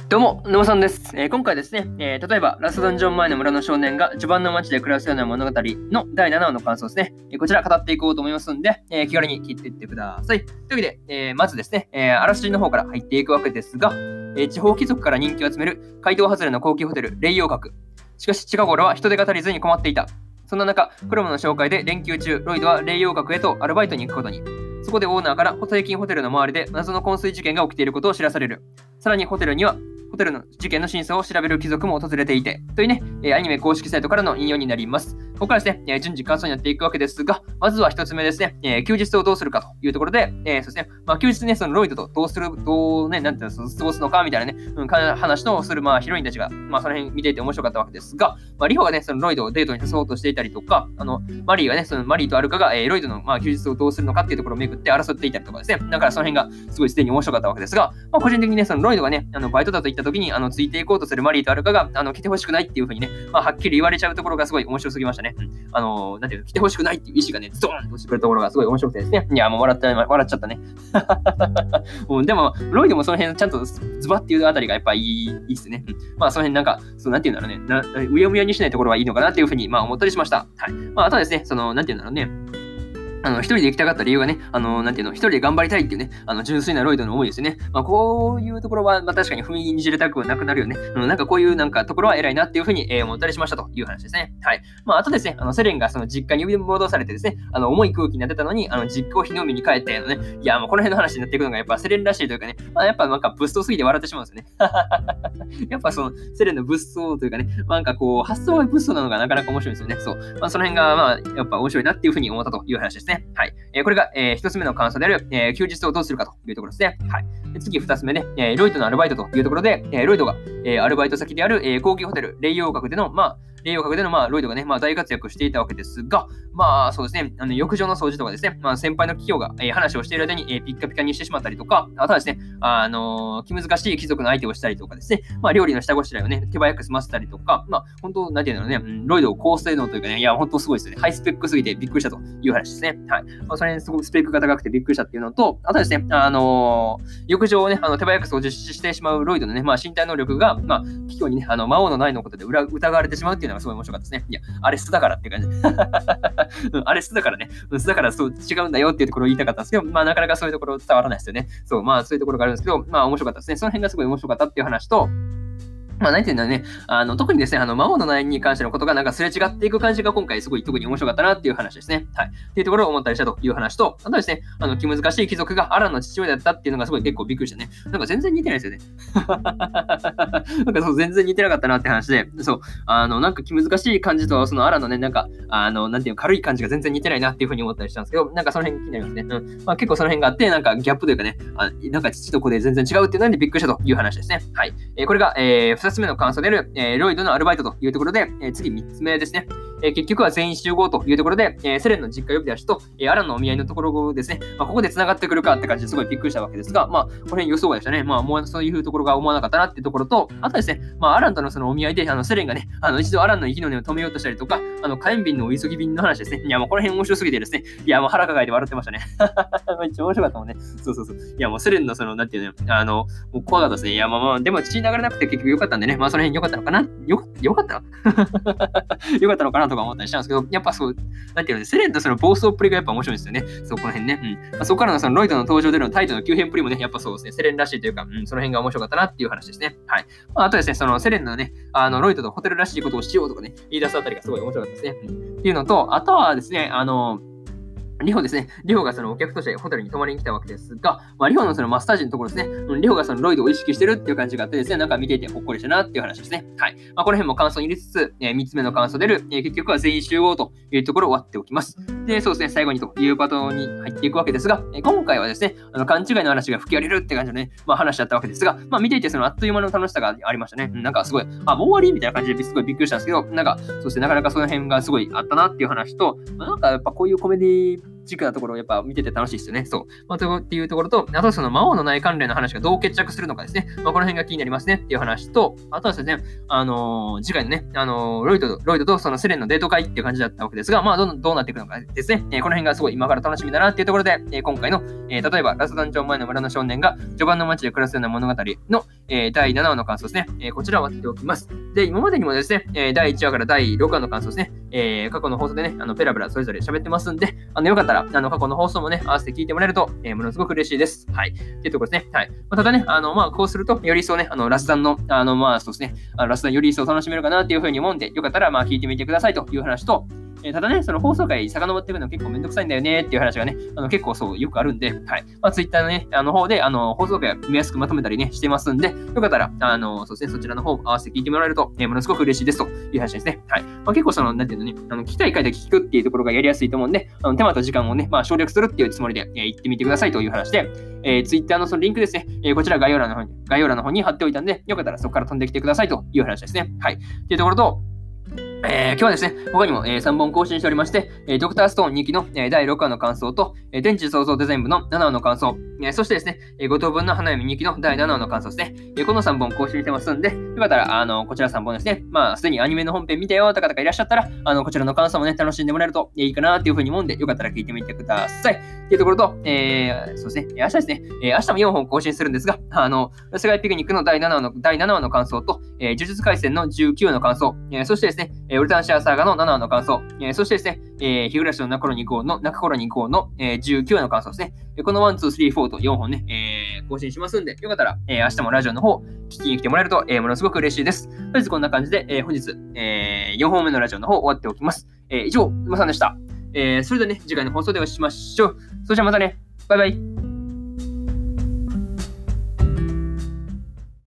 どうも、沼さんです。今回ですね、例えば、ラスダンジョン前の村の少年が序盤の街で暮らすような物語の第7話の感想ですね。こちら語っていこうと思いますんで、気軽に聞いていってください。というわけで、まずですね、あらすじの方から入っていくわけですが、地方貴族から人気を集める街道外れの高級ホテル、霊陽閣。しかし、近頃は人手が足りずに困っていた。そんな中、クロムの紹介で連休中、ロイドは霊陽閣へとアルバイトに行くことに。そこでオーナーから最近ホテルの周りで謎の昏睡事件が起きていることを知らされる。さらにホテルにはホテルの事件の真相を調べる貴族も訪れていて、というね、アニメ公式サイトからの引用になります。ここからですね、順次感想になっていくわけですが、まずは一つ目ですね、休日をどうするかというところで、そうですね、休日ね、そのロイドとどうする、どうね、なんていうの、過ごすのかみたいなね、話をする、ヒロインたちが、その辺見ていて面白かったわけですが、リホがね、そのロイドをデートに誘おうとしていたりとか、マリーがね、そのマリーとアルカが、ロイドの、休日をどうするのかっていうところをめぐって争っていたりとかですね、だからその辺がすごいすでに面白かったわけですが、個人的にね、そのロイドがね、バイトだと言った時に、ついていこうとするマリーとアルカが、来てほしくないっていう風にね、はっきり言われちゃうところがすごい面白すぎましたね。なんていうの、来てほしくないっていう意思がね、ドーンと落ちてくるところがすごい面白くてですね。いや、もう笑っちゃったね。でも、ロイドもその辺ちゃんとズバっていうあたりがやっぱいいっすね。その辺なんか、なんていうんだろうね、うやむやにしないところはいいのかなっていう風に、思ったりしました。はい。あとはですね、なんていうんだろうね。一人で行きたかった理由がね、なんていうの、一人で頑張りたいっていうね、純粋なロイドの思いですよね。こういうところは、確かに踏みにじれたくなくなるよね。なんかこういうところは偉いなっていうふうに、思ったりしましたという話ですね。はい。あとですね、セレンがその実家に呼び戻されてですね、重い空気になってたのに、実家を火の海に帰ってね、いや、もうこの辺の話になっていくのがやっぱセレンらしいというかね、やっぱなんかブストすぎて笑ってしまうんですよね。やっぱそのセレンのブストというかね、なんかこう、発想がブストなのがなかなか面白いですよね。そう。その辺が、やっぱ面白いなっていうふうに思ったという話ですね。はい。これが、一つ目の感想である、休日をどうするかというところですね。はい。で次、二つ目ね、ロイドのアルバイトというところで、ロイドが、アルバイト先である、高級ホテル、霊陽閣での、ロイドがね、大活躍していたわけですが、そうですね、浴場の掃除とかですね、先輩の企業が、話をしている間に、ピッカピカにしてしまったりとか、あとはですね、気難しい貴族の相手をしたりとかですね、料理の下ごしらえをね、手早く済ませたりとか、本当、なんていうのね、ロイドを高性能というかね、いや、本当すごいですよね。ハイスペックすぎてびっくりしたという話ですね。はい。それにすごくスペックが高くてびっくりしたっていうのと、あとはですね、浴場をね、手早く掃除してしまうロイドのね、身体能力が、企業にね、魔王のないのことで疑われてしまうっていうのがすごい面白かったですね。いや、あれ素だからっていう感じ。あれ素だからね、素だからそう違うんだよっていうところを言いたかったんですけど、なかなかそういうところ伝わらないですよね。そう、そういうところがあるんですけど、面白かったですね。その辺がすごい面白かったっていう話と、なんていうんだろうね。特にですね、魔王の悩みに関してのことがなんかすれ違っていく感じが今回すごい特に面白かったなっていう話ですね。はい。っていうところを思ったりしたという話と、あとですね、気難しい貴族がアランの父親だったっていうのがすごい結構びっくりしたね。なんか全然似てないですよね。なんかそう、全然似てなかったなって話で、そう、なんか気難しい感じと、そのアランのね、なんか、なんていうの、軽い感じが全然似てないなっていうふうに思ったりしたんですけど、なんかその辺気になりますね。結構その辺があって、なんかギャップというかね、なんか父と子で全然違うっていうのでびっくりしたという話ですね。はい。これが、2つ目の感想である、ロイドのアルバイトというところで、次3つ目ですね。結局は全員集合というところで、セレンの実家呼び出しと、アランのお見合いのところですね、ここで繋がってくるかって感じですごいびっくりしたわけですが、この辺予想外でしたね。もうそういうところが思わなかったなっていうところと、あとですね、アランとのそのお見合いで、セレンがね、一度アランの息の根を止めようとしたりとか、火炎瓶のお急ぎ便の話ですね。いや、もうこの辺面白すぎてですね、いや、もう腹抱えて笑ってましたね。めっちゃ面白かったもんね。そう。いや、もうセレンのその、なんていうの、もう怖かったですね。いや、でも血流れなくて結局良かったんでね、その辺良かったのかなよかったよかったのかなとか思ったりしたんですけど、やっぱそう、なんていうの、セレンとその暴走っぷりがやっぱ面白いですよね。そう、この辺ね。そこからのそのロイドの登場での態度の急変っぷりもね、やっぱそうですね、セレンらしいというか、その辺が面白かったなっていう話ですね。はい。あとですね、そのセレンのね、ロイドとホテルらしいことをしようとかね、言い出すあたりがすごい面白かったですね。っていうのと、あとはですね、リホですね。リホがそのお客としてホテルに泊まりに来たわけですが、リホのそのマッサージのところですね。リホがそのロイドを意識してるっていう感じがあってですね、なんか見ていてほっこりしたなっていう話ですね。はい。この辺も感想に入れつつ、3つ目の感想でる、結局は全員集合というところを終わっておきます。で、そうですね、最後にというパートに入っていくわけですが、今回はですね、勘違いの話が吹き荒れるって感じのね、話だったわけですが、見ていてそのあっという間の楽しさがありましたね。なんかすごい、もう終わりみたいな感じですごいびっくりしたんですけど、なんか、そしてなかなかその辺がすごいあったなっていう話と、なんかやっぱこういうコメディ軸なところをやっぱ見てて楽しいですよね。そう。っていうところと、あとその魔王のない関連の話がどう決着するのかですね。この辺が気になりますねっていう話と、あとはですね、次回のね、ロイドとそのセレンのデート会っていう感じだったわけですが、どうなっていくのかですね。この辺がすごい今から楽しみだなっていうところで、今回の、例えばラストダンジョン前の村の少年が序盤の街で暮らすような物語の、第7話の感想ですね。こちらを当てておきます。で、今までにもですね、第1話から第6話の感想ですね。過去の放送でね、ペラペラそれぞれ喋ってますんで、よかったら、過去の放送もね、合わせて聞いてもらえると、ものすごく嬉しいです。はい。っていうところですね。はい。ただね、こうすると、より一層ね、ラスダンの、そうですね、ラスダンより一層楽しめるかなっていうふうに思うんで、よかったら、聞いてみてくださいという話と、ただね、その放送回遡っていくの結構めんどくさいんだよねっていう話がね、結構そうよくあるんで、はい。Twitter のね、方で、放送回を見やすくまとめたりね、してますんで、よかったら、そうですね、そちらの方も合わせて聞いてもらえると、ものすごく嬉しいですという話ですね。はい。結構なんていうのね、聞きたい回で聞くっていうところがやりやすいと思うんで、手間と時間をね、省略するっていうつもりで、行ってみてくださいという話で、Twitter のそのリンクですね、こちら概要欄の方に貼っておいたんで、よかったらそこから飛んできてくださいという話ですね。はい。っていうところと、今日はですね、他にも、3本更新しておりまして、ドクターストーン2期の、第6話の感想と、天地創造デザイン部の7話の感想、そしてですね、5等分の花嫁2期の第7話の感想ですね。この3本更新してますんで、よかったら、こちら3本ですね、すでにアニメの本編見たよとかいらっしゃったら、こちらの感想もね、楽しんでもらえるといいかなっていうふうに思うんで、よかったら聞いてみてください。っていうところと、そうですね、明日ですね、明日も4本更新するんですが、世界ピクニックの第7話の感想と、呪術廻戦の19話の感想、そしてですね、ウルタンシアサーガの7話の感想、そしてですね、日暮らしの中頃に行こうの19話の感想ですね。この1、2、3、4と4本ね、更新しますんで、よかったら、明日もラジオの方、聞きに来てもらえると、ものすごく嬉しいです。とりあえずこんな感じで、本日、4本目のラジオの方終わっておきます。以上、馬さんでした。それではね、次回の放送でお会いしましょう。それじゃあまたね、バイバイ。